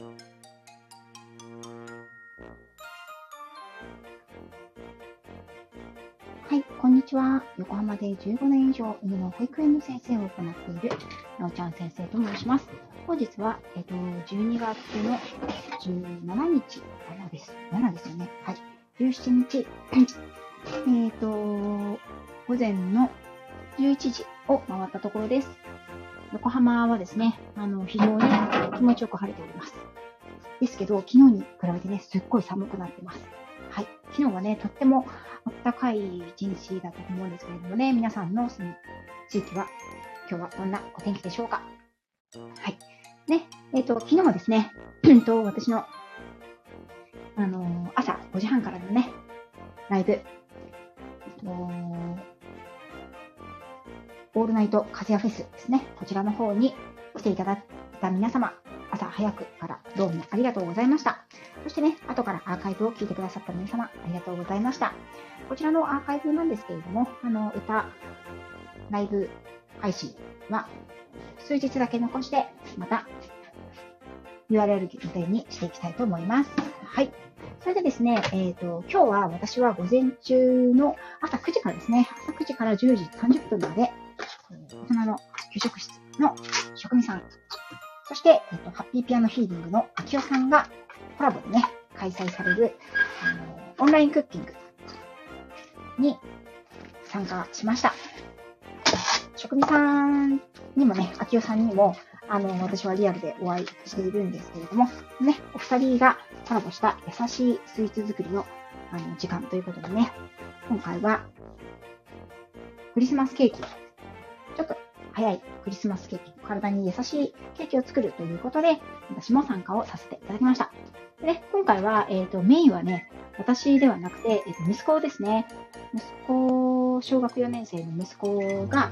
はい、こんにちは。横浜で15年以上犬の保育園の先生を行っているなおちゃん先生と申します。本日は、12月の17日からです。7ですよね。はい。17日、午前の11時を回ったところです。横浜はですね、非常に気持ちよく晴れております。ですけど、昨日に比べてね、すっごい寒くなってます。はい。昨日はね、とっても暖かい一日だったと思うんですけれどもね、皆さんのその地域は今日はどんなお天気でしょうか。はい。ね、昨日はですね、私の、朝5時半からのね、ライブ、オールナイトカズヤフェスですね、こちらの方に来ていただいた皆様、朝早くからどうもありがとうございました。そしてね、後からアーカイブを聞いてくださった皆様、ありがとうございました。こちらのアーカイブなんですけれども、歌、ライブ配信は数日だけ残して、また URL 予定にしていきたいと思います。はい。それでですね、今日は私は午前中の朝9時からですね、朝9時から10時30分まで、大人の給食室の職人さん、そして、ハッピーピアノヒーリングのあきおさんがコラボでね、開催される、オンラインクッキングに参加しました。職人さんにもね、あきおさんにも、私はリアルでお会いしているんですけれども、ね、お二人がコラボした優しいスイーツ作りの、時間ということでね、今回はクリスマスケーキ、ちょっと早いクリスマスケーキ、体に優しいケーキを作るということで、私も参加をさせていただきました。でね、今回は、メインはね、私ではなくて、息子ですね。息子、小学4年生の息子が、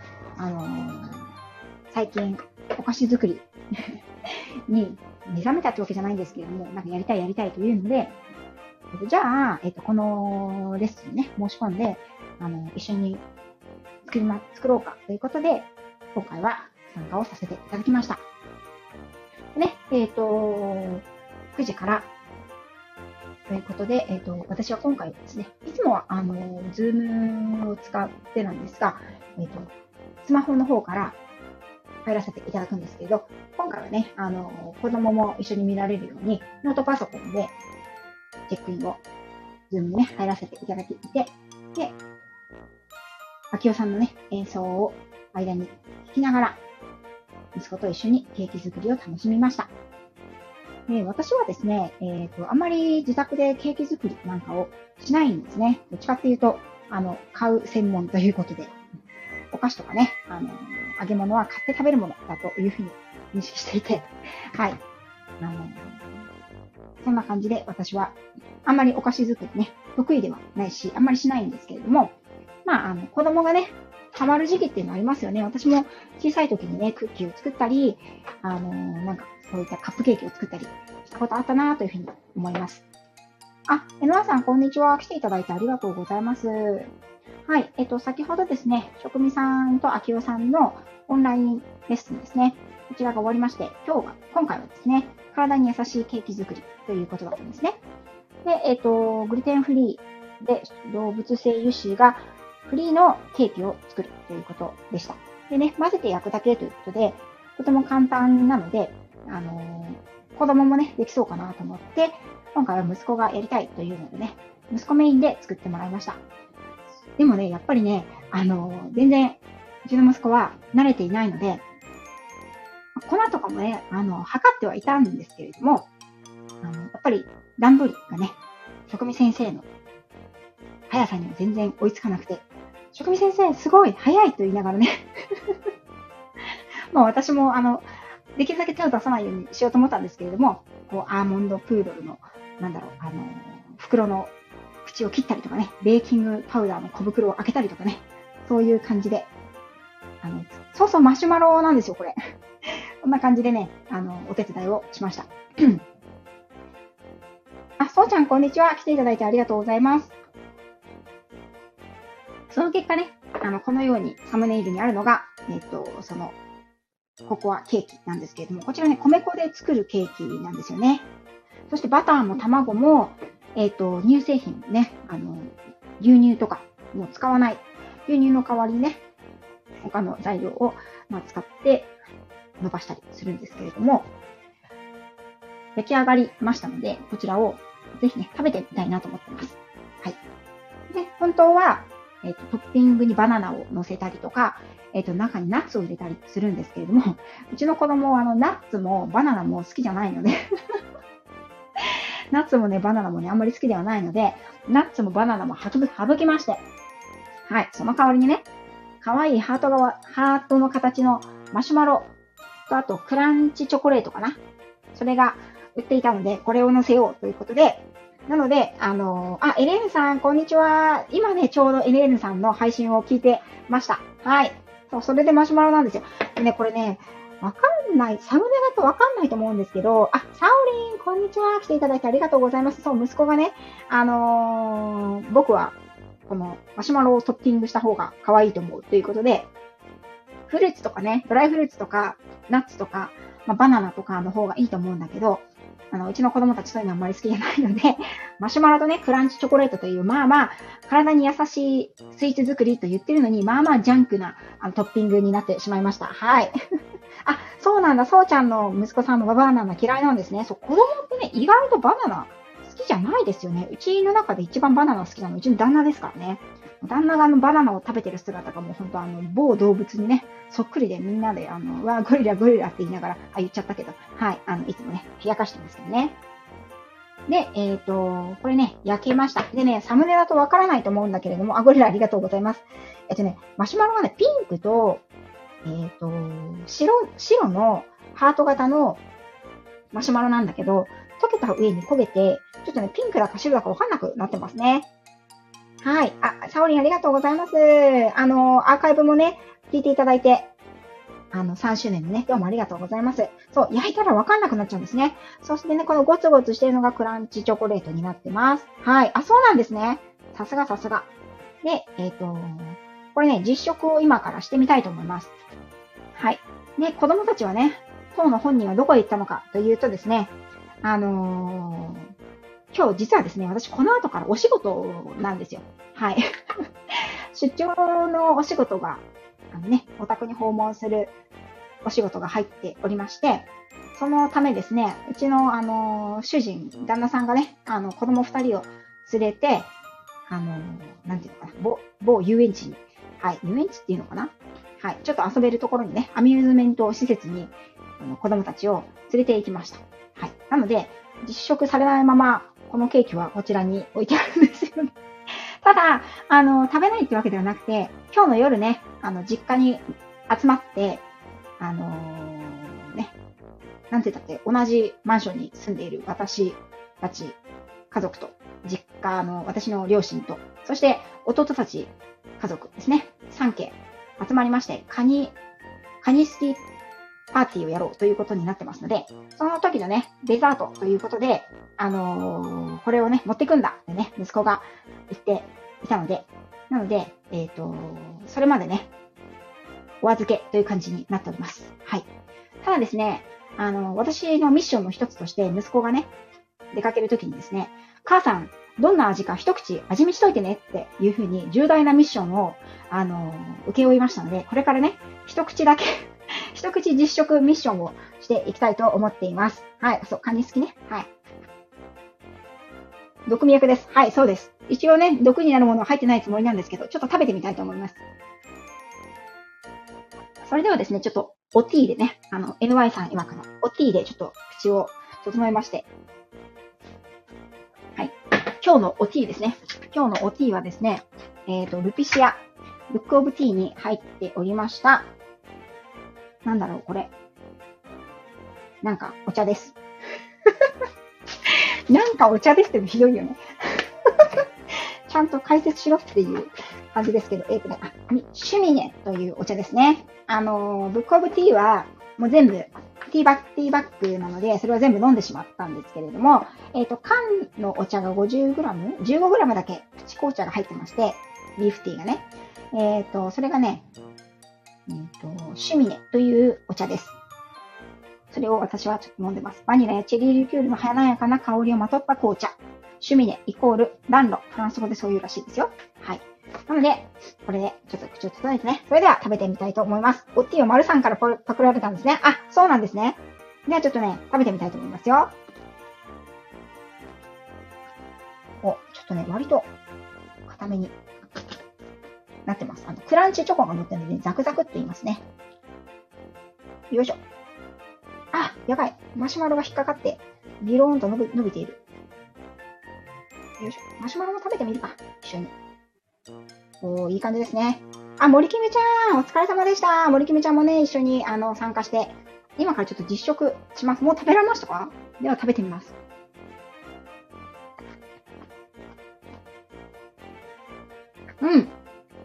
最近、お菓子作りに目覚めたってわけじゃないんですけれども、なんかやりたいというので、じゃあ、このレッスンね、申し込んで、一緒に作ろうかということで、今回は参加をさせていただきました。でね、9時からということで、私は今回ですね、いつもは、ズームを使ってなんですが、スマホの方から入らせていただくんですけど、今回はね、子供も一緒に見られるように、ノートパソコンでチェックインを、ズームにね、入らせていただいて、で、あきおさんのね、演奏を間に聞きながら、息子と一緒にケーキ作りを楽しみました。私はですね、あんまり自宅でケーキ作りなんかをしないんですね。どっちかっていうと、買う専門ということで、お菓子とかね、揚げ物は買って食べるものだというふうに認識していて、はい。そんな感じで私は、あんまりお菓子作りね、得意ではないし、あんまりしないんですけれども、まあ、子供がね、ハマる時期っていうのありますよね。私も小さい時にね、クッキーを作ったり、なんか、そういったカップケーキを作ったりしたことあったなというふうに思います。あ、NY さん、こんにちは。来ていただいてありがとうございます。はい。先ほどですね、職味さんとあきおさんのオンラインレッスンですね。こちらが終わりまして、今回はですね、体に優しいケーキ作りということだったんですね。で、グルテンフリーで動物性油脂がフリーのケーキを作るということでした。でね、混ぜて焼くだけということで、とても簡単なので、子供もね、できそうかなと思って、今回は息子がやりたいというのでね、息子メインで作ってもらいました。でもね、やっぱりね、全然、うちの息子は慣れていないので、粉とかもね、測ってはいたんですけれども、やっぱり段取りがね、職味先生の速さには全然追いつかなくて、職味先生すごい速いと言いながらね、まあ私もできるだけ手を出さないようにしようと思ったんですけれども、こうアーモンドプードルの、袋の口を切ったりとかね、ベーキングパウダーの小袋を開けたりとかね、そういう感じで、そうマシュマロなんですよ、これ。こんな感じでね、お手伝いをしました。あ、そうちゃん、こんにちは。来ていただいてありがとうございます。その結果ね、このようにサムネイルにあるのが、そのココアケーキなんですけれども、こちらね、米粉で作るケーキなんですよね。そしてバターも卵も、乳製品ね、牛乳とかも使わない。牛乳の代わりにね、他の材料を、使って伸ばしたりするんですけれども、焼き上がりましたので、こちらをぜひね、食べてみたいなと思ってます。はい。で、本当は、トッピングにバナナを乗せたりとか、中にナッツを入れたりするんですけれども、うちの子供はナッツもバナナも好きじゃないのでナッツもね、バナナもね、あんまり好きではないので、ナッツもバナナも省きまして、はい、その代わりにね、可愛いハートの形のマシュマロと、あとクランチチョコレートかな。それが売っていたので、これを乗せようということで、なので、エレーヌさん、こんにちは。今ね、ちょうどエレーヌさんの配信を聞いてました。はい。そう、それでマシュマロなんですよ。でね、これね、わかんない。サムネだとわかんないと思うんですけど、サオリン、こんにちは。来ていただいてありがとうございます。そう、息子がね、僕は、このマシュマロをトッピングした方が可愛いと思うということで、フルーツとかね、ドライフルーツとか、ナッツとか、バナナとかの方がいいと思うんだけど、うちの子供たちそういうのあんまり好きじゃないので、マシュマロとね、クランチチョコレートという、体に優しいスイーツ作りと言ってるのに、ジャンクなトッピングになってしまいました。はい。そうなんだ。そうちゃんの息子さんもバナナ嫌いなんですね。そう、子供ってね、意外とバナナ好きじゃないですよね。うちの中で一番バナナ好きなのうちの旦那ですからね。旦那がバナナを食べてる姿がもう本当某動物にね、そっくりでみんなでゴリラゴリラって言いながら、言っちゃったけど、はい、いつもね、冷やかしてますけどね。で、これね、焼けました。でね、サムネだとわからないと思うんだけれども、ゴリラありがとうございます。マシュマロがね、ピンクと、白のハート型のマシュマロなんだけど、溶けた上に焦げて、ちょっとね、ピンクだか白だかわかんなくなってますね。はい。サオリンありがとうございます。アーカイブもね、聞いていただいて、3周年のね、どうもありがとうございます。そう、焼いたらわかんなくなっちゃうんですね。そしてね、このゴツゴツしてるのがクランチチョコレートになってます。はい。そうなんですね。さすがさすが。で、これね、実食を今からしてみたいと思います。はい。ね、子供たちはね、当の本人はどこへ行ったのかというとですね、今日実はですね、私この後からお仕事なんですよ。はい。出張のお仕事が、お宅に訪問するお仕事が入っておりまして、そのためですね、うちの、主人、旦那さんがね、子供2人を連れて、なんていうのかな、某遊園地に、はい、遊園地っていうのかな、はい、ちょっと遊べるところにね、アミューズメント施設に、子供たちを連れて行きました。はい。なので、実食されないまま、このケーキはこちらに置いてあるんですよね。ただ、食べないってわけではなくて、今日の夜ね、実家に集まって、なんて言ったって、同じマンションに住んでいる私たち家族と、実家の私の両親と、そして弟たち家族ですね、3家集まりまして、カニ好きパーティーをやろうということになってますので、その時のね、デザートということで、これをね、持っていくんだってね、息子が言っていたので、なので、それまでね、お預けという感じになっております。はい。ただですね、私のミッションの一つとして、息子がね、出かけるときにですね、母さん、どんな味か一口味見しといてねっていうふうに重大なミッションを、請け負いましたので、これからね、一口だけ一口実食ミッションをしていきたいと思っています。はい。そう、カニ好きね。はい。毒味役です。はい、そうです。一応ね、毒になるものは入ってないつもりなんですけど、ちょっと食べてみたいと思います。それではですね、ちょっとおティーでね、NY さん曰くのおティーでちょっと口を整えまして、はい。今日のおティーですね。今日のおティーはですね、ルピシア、ブックオブティーに入っておりました。なんだろう、これ。なんかお茶です。なんかお茶ですってひどいよね。ちゃんと解説しろっていう感じですけど、シュミネというお茶ですね。ブックオブティーはもう全部ティーバッグなので、それは全部飲んでしまったんですけれども、缶のお茶が 50g、15g だけプチ紅茶が入ってまして、リーフティーがね。それがね、 シュミネというお茶です。それを私はちょっと飲んでます。バニラやチェリーリキュールの華やかな香りをまとった紅茶。シュミネイコール暖炉。フランス語でそういうらしいですよ。はい。なので、これでちょっと口を整えてね。それでは食べてみたいと思います。オッティを丸さんからパクられたんですね。あ、そうなんですね。ではちょっとね、食べてみたいと思いますよ。ちょっとね、割と固めになってます。クランチチョコが乗ってるので、ザクザクって言いますね。よいしょ。あ、やばい。マシュマロが引っかかって、ビローンと伸びている。よいしょ。マシュマロも食べてみるか。一緒に。いい感じですね。あ、森キムちゃん、お疲れ様でした。森キムちゃんもね、一緒に、参加して、今からちょっと実食します。もう食べられましたか？では食べてみます。うん。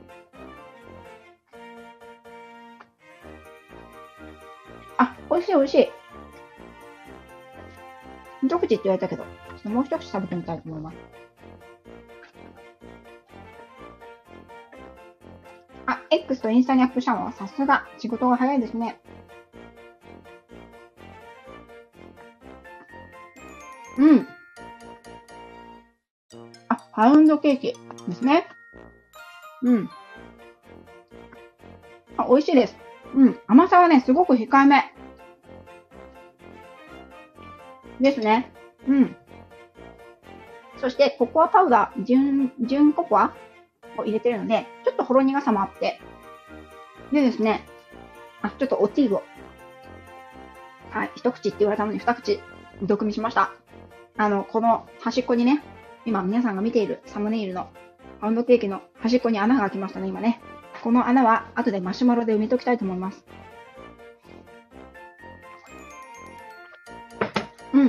あ、美味しい美味しい。一口って言われたけど、ちょっともう一口食べてみたいと思います。あ、X とインスタにアップしたのはさすが仕事が早いですね。うん。あ、パウンドケーキですね。うん。あ、美味しいです。うん。甘さはね、すごく控えめ。ですね。うん。そして、ココアパウダー、純ココアを入れてるので、ちょっとほろ苦さもあって。でですね、ちょっとオティーを。はい、一口って言われたのに二口、毒味しました。この端っこにね、今皆さんが見ているサムネイルのパウンドケーキの端っこに穴が開きましたね、今ね。この穴は後でマシュマロで埋めときたいと思います。うん。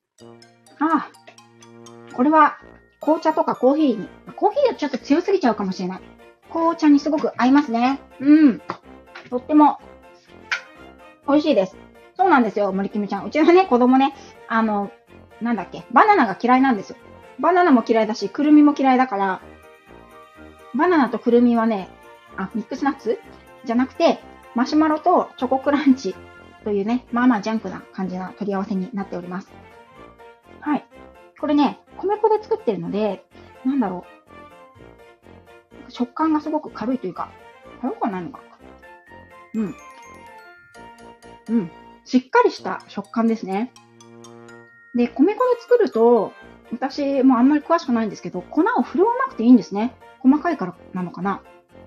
これは紅茶とかコーヒーに、コーヒーはちょっと強すぎちゃうかもしれない。紅茶にすごく合いますね。うん。とっても美味しいです。そうなんですよ、森キムちゃん。うちのね、子供ね、なんだっけ、バナナが嫌いなんですよ。バナナも嫌いだし、くるみも嫌いだから、バナナとくるみはね、ミックスナッツじゃなくて、マシュマロとチョコクランチというね、まあまあジャンクな感じな取り合わせになっております。はい。これね、米粉で作ってるので、なんだろう。食感がすごく軽いというか、軽くはないのか。うん。うん。しっかりした食感ですね。で、米粉で作ると、私もあんまり詳しくないんですけど、粉を振るわなくていいんですね。細かいからなのかな。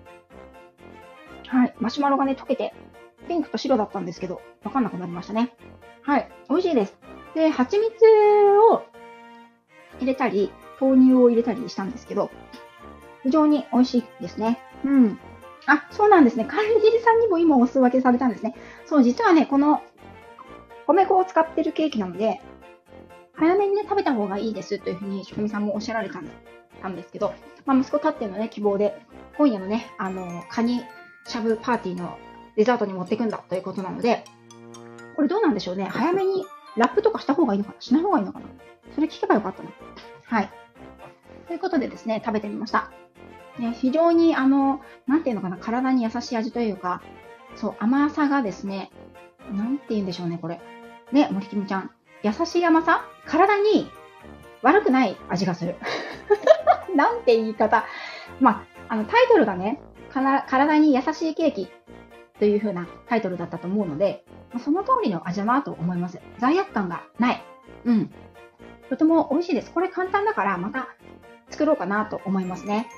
はい。マシュマロがね、溶けて、ピンクと白だったんですけど、わかんなくなりましたね。はい。美味しいです。で、蜂蜜を入れたり、豆乳を入れたりしたんですけど、非常に美味しいですね。うん。あ、そうなんですね。管理人さんにも今お裾分けされたんですね。そう、実はね、この米粉を使ってるケーキなので、早めにね、食べた方がいいですというふうに職人さんもおっしゃられたんですけど、息子たってのね、希望で、今夜のね、カニしゃぶパーティーのデザートに持っていくんだということなので、これどうなんでしょうね。早めにラップとかした方がいいのかな、しない方がいいのかな。それ聞けばよかったな。はい。ということでですね、食べてみました。ね、非常になんていうのかな、体に優しい味というか、そう、甘さがですね、なんて言うんでしょうね、これ。ね、森キムちゃん。優しい甘さ？体に悪くない味がする。なんて言い方。タイトルがね、体に優しいケーキという風なタイトルだったと思うので、その通りの味だなと思います。罪悪感がない。うん。とても美味しいです。これ簡単だから、また作ろうかなと思いますね。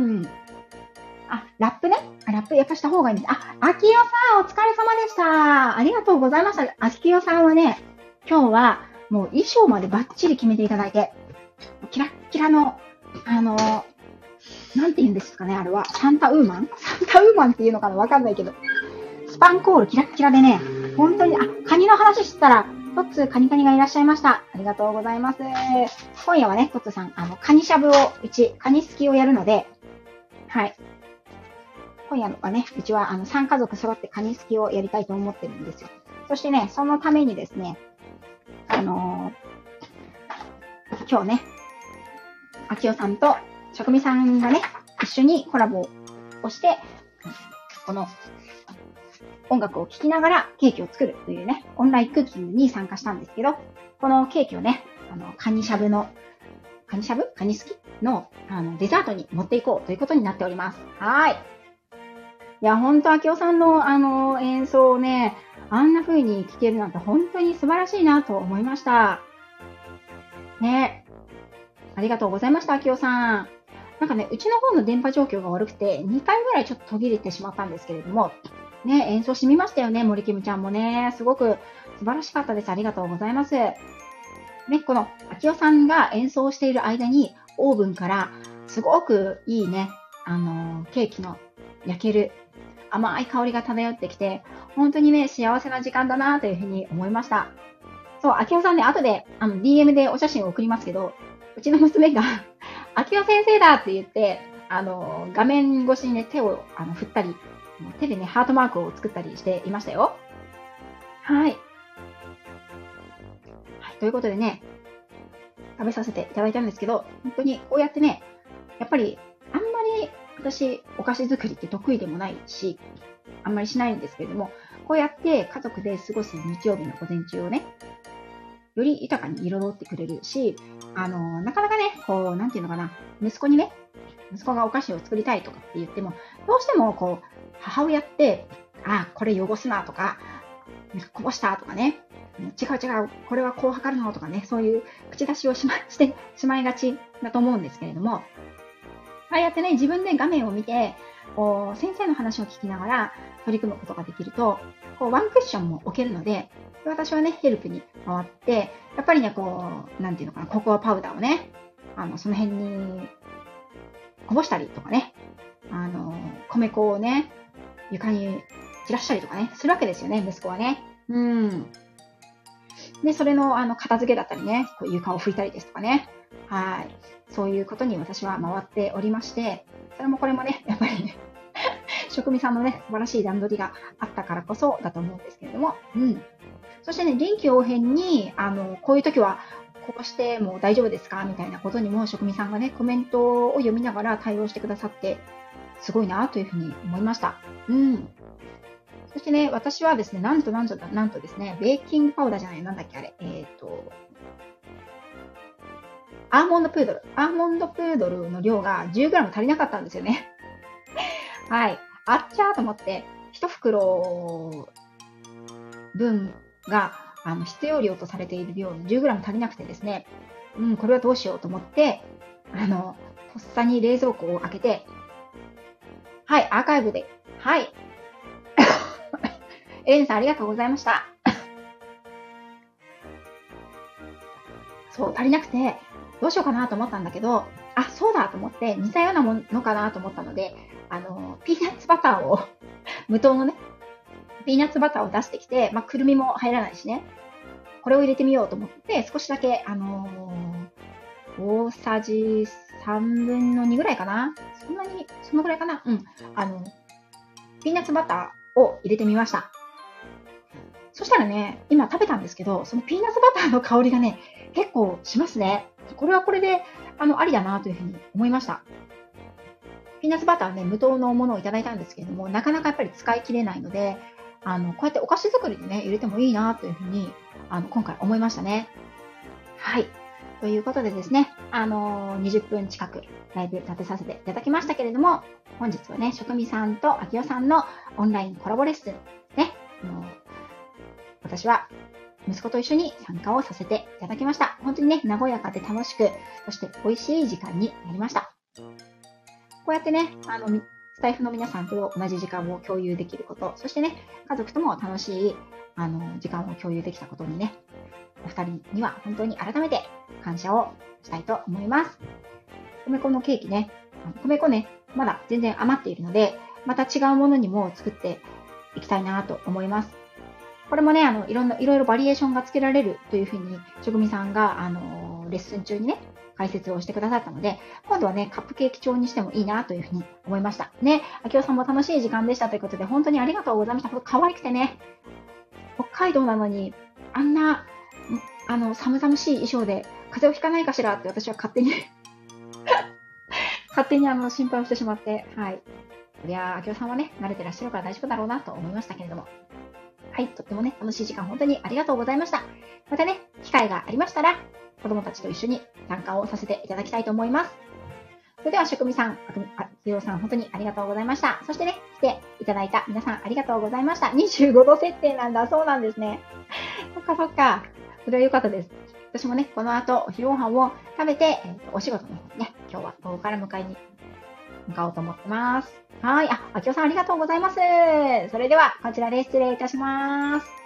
ラップね。ラップやっぱした方がいいんです。あきよさん、お疲れ様でした。ありがとうございました。あきよさんはね、今日はもう衣装までバッチリ決めていただいて、キラッキラの、なんて言うんですかね、あれは。サンタウーマンっていうのかなわかんないけど。スパンコールキラッキラでね、本当に、カニの話してたら、トッツーカニカニがいらっしゃいました。ありがとうございます。今夜はね、トッツーさん、カニしゃぶを、カニすきをやるので、はい。今夜はね、うちは3家族揃ってカニすきをやりたいと思ってるんですよ。そしてね、そのためにですね、今日ね、あきおさんと職味さんがね、一緒にコラボをして、この音楽を聴きながらケーキを作るというね、オンラインクッキングに参加したんですけど、このケーキをね、カニすきの、デザートに持っていこうということになっております。はい。いや、ほんと、秋夫さんの、演奏をね、あんな風に聴けるなんて本当に素晴らしいなと思いました。ね。ありがとうございました、秋夫さん。なんかね、うちの方の電波状況が悪くて、2回ぐらいちょっと途切れてしまったんですけれども、ね、演奏してみましたよね、森キムちゃんもね。すごく素晴らしかったです。ありがとうございます。ね、この秋夫さんが演奏している間に、オーブンからすごくいいね、ケーキの焼ける甘い香りが漂ってきて、本当にね、幸せな時間だなというふうに思いました。そう、秋夫さんね、後で、DM でお写真を送りますけど、うちの娘が秋夫先生だって言って、画面越しにね、手を振ったり、手でね、ハートマークを作ったりしていましたよ。はい。はい、ということでね、食べさせていただいたんですけど、本当にこうやってね、やっぱり、あんまり私、お菓子作りって得意でもないし、あんまりしないんですけれども、こうやって家族で過ごす日曜日の午前中をね、より豊かに彩ってくれるし、なかなかね、こう、なんていうのかな、息子がお菓子を作りたいとかって言っても、どうしてもこう、母親って、これ汚すなとか、こぼしたとかね、違う、これはこう測るのとかね、そういう口出しをしてしまいがちだと思うんですけれども、ああやってね、自分で画面を見て、こう、先生の話を聞きながら取り組むことができると、こう、ワンクッションも置けるので、私はね、ヘルプに回って、やっぱりね、こう、なんていうのかな、ココアパウダーをね、その辺にこぼしたりとかね、米粉をね、床に散らしたりとかね、するわけですよね、息子はね。で、それの、片付けだったりね、こう床を拭いたりですとかね。はい。そういうことに私は回っておりまして、それもこれもね、やっぱりね、職味さんのね、素晴らしい段取りがあったからこそだと思うんですけれども、そしてね、臨機応変に、こういう時は、こうしても大丈夫ですかみたいなことにも職味さんがね、コメントを読みながら対応してくださって、すごいなというふうに思いました。そしてね、私はですね、なんとですね、ベーキングパウダーじゃない、なんだっけあれ、アーモンドプードルの量が 10g 足りなかったんですよね。はい。あっちゃーと思って、1袋分が、必要量とされている量の 10g 足りなくてですね、これはどうしようと思って、とっさに冷蔵庫を開けて、はい、アーカイブで、はい。エレンさんありがとうございました。そう、足りなくて、どうしようかなと思ったんだけど、そうだと思って、似たようなものかなと思ったので、ピーナッツバターを、無糖のね、ピーナッツバターを出してきて、くるみも入らないしね、これを入れてみようと思って、少しだけ、大さじ3分の2ぐらいかな、そのぐらいかな、ピーナッツバターを入れてみました。そしたらね、今食べたんですけど、そのピーナッツバターの香りがね、結構しますね。これはこれで、ありだなというふうに思いました。ピーナッツバターね、無糖のものをいただいたんですけれども、なかなかやっぱり使い切れないので、こうやってお菓子作りでね、入れてもいいなというふうに、今回思いましたね。はい。ということでですね、20分近くライブ立てさせていただきましたけれども、本日はね、職味さんと秋代さんのオンラインコラボレッスン、ね、私は息子と一緒に参加をさせていただきました。本当にね、和やかで楽しく、そして美味しい時間になりました。こうやってね、スタイフの皆さんと同じ時間を共有できること、そしてね、家族とも楽しい、時間を共有できたことにね、お二人には本当に改めて感謝をしたいと思います。米粉のケーキね、米粉ね、まだ全然余っているので、また違うものにも作っていきたいなと思います。これもね、いろいろバリエーションがつけられるというふうに、職味さんが、レッスン中にね、解説をしてくださったので、今度はね、カップケーキ調にしてもいいなというふうに思いました。ね、秋代さんも楽しい時間でしたということで、本当にありがとうございました。可愛くてね、北海道なのに、あんな、寒々しい衣装で風邪をひかないかしらって私は勝手に心配をしてしまって、はい。 そりゃあ、明夫さんはね、慣れてらっしゃるから大丈夫だろうなと思いましたけれども。はい、とってもね、楽しい時間本当にありがとうございました。またね、機会がありましたら、子供たちと一緒に参加をさせていただきたいと思います。それでは、しゅくみさん、きようさん、本当にありがとうございました。そしてね、来ていただいた皆さん、ありがとうございました。25度設定なんだ。そうなんですね。そっかそっか。それは良かったです。私もね、この後、お昼ご飯を食べて、お仕事の方にね、今日は午後から迎えに向かおうと思ってます。はい。あきおさんありがとうございます。それでは、こちらで失礼いたします。